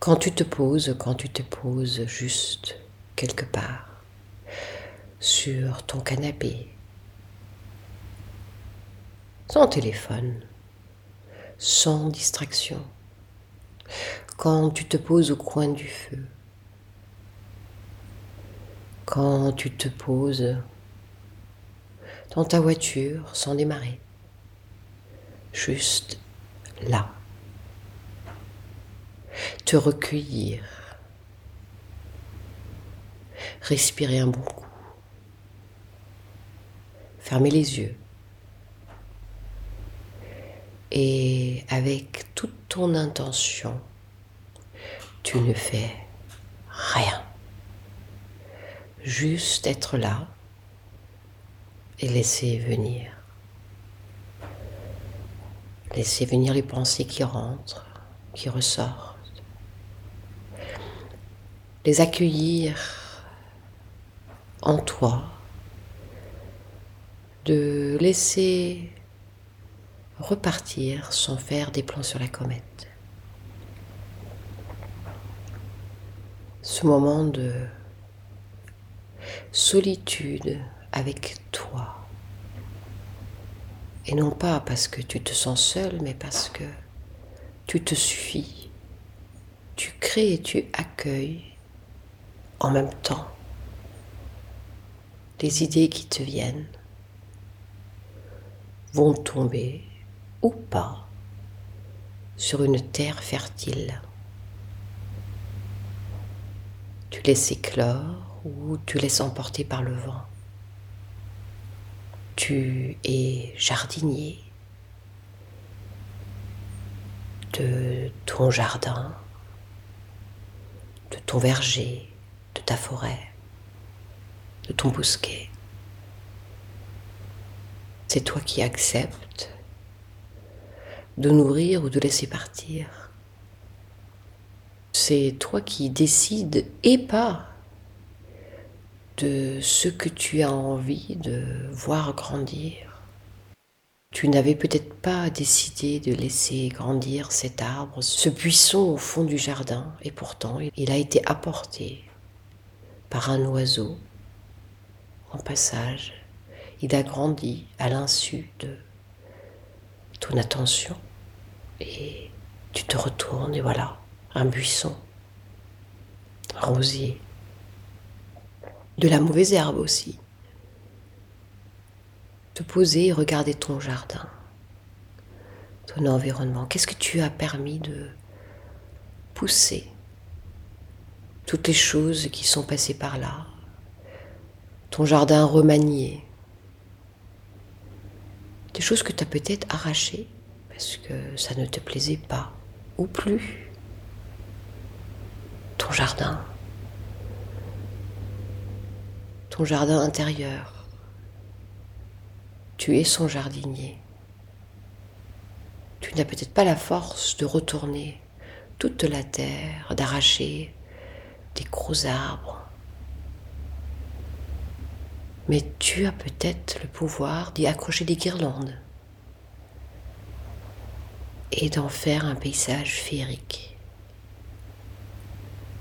Quand tu te poses juste quelque part sur ton canapé, sans téléphone, sans distraction, quand tu te poses au coin du feu, quand tu te poses dans ta voiture sans démarrer, juste là, te recueillir, respirer un bon coup, fermer les yeux et avec toute ton intention, tu ne fais rien. Juste être là et laisser venir. Laisser venir les pensées qui rentrent, qui ressortent. Les accueillir en toi. De laisser repartir sans faire des plans sur la comète. Ce moment de solitude avec toi. Et non pas parce que tu te sens seul, mais parce que tu te suffis. Tu crées et tu accueilles en même temps les idées qui te viennent vont tomber ou pas sur une terre fertile. Tu laisses éclore ou tu laisses emporter par le vent. Tu es jardinier de ton jardin, de ton verger, de ta forêt, de ton bosquet. C'est toi qui acceptes de nourrir ou de laisser partir. C'est toi qui décides et pas de ce que tu as envie de voir grandir. Tu n'avais peut-être pas décidé de laisser grandir cet arbre, ce buisson au fond du jardin, et pourtant il a été apporté par un oiseau en passage. Il a grandi à l'insu de ton attention et tu te retournes et voilà, un buisson, un rosier, de la mauvaise herbe aussi. Te poser et regarder ton jardin, ton environnement. Qu'est-ce que tu as permis de pousser? Toutes les choses qui sont passées par là, ton jardin remanié, des choses que tu as peut-être arrachées parce que ça ne te plaisait pas ou plus. Ton jardin intérieur. Tu es son jardinier. Tu n'as peut-être pas la force de retourner toute la terre, d'arracher des gros arbres. Mais tu as peut-être le pouvoir d'y accrocher des guirlandes et d'en faire un paysage féerique.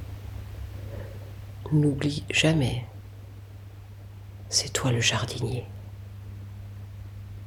N'oublie jamais, c'est toi le jardinier.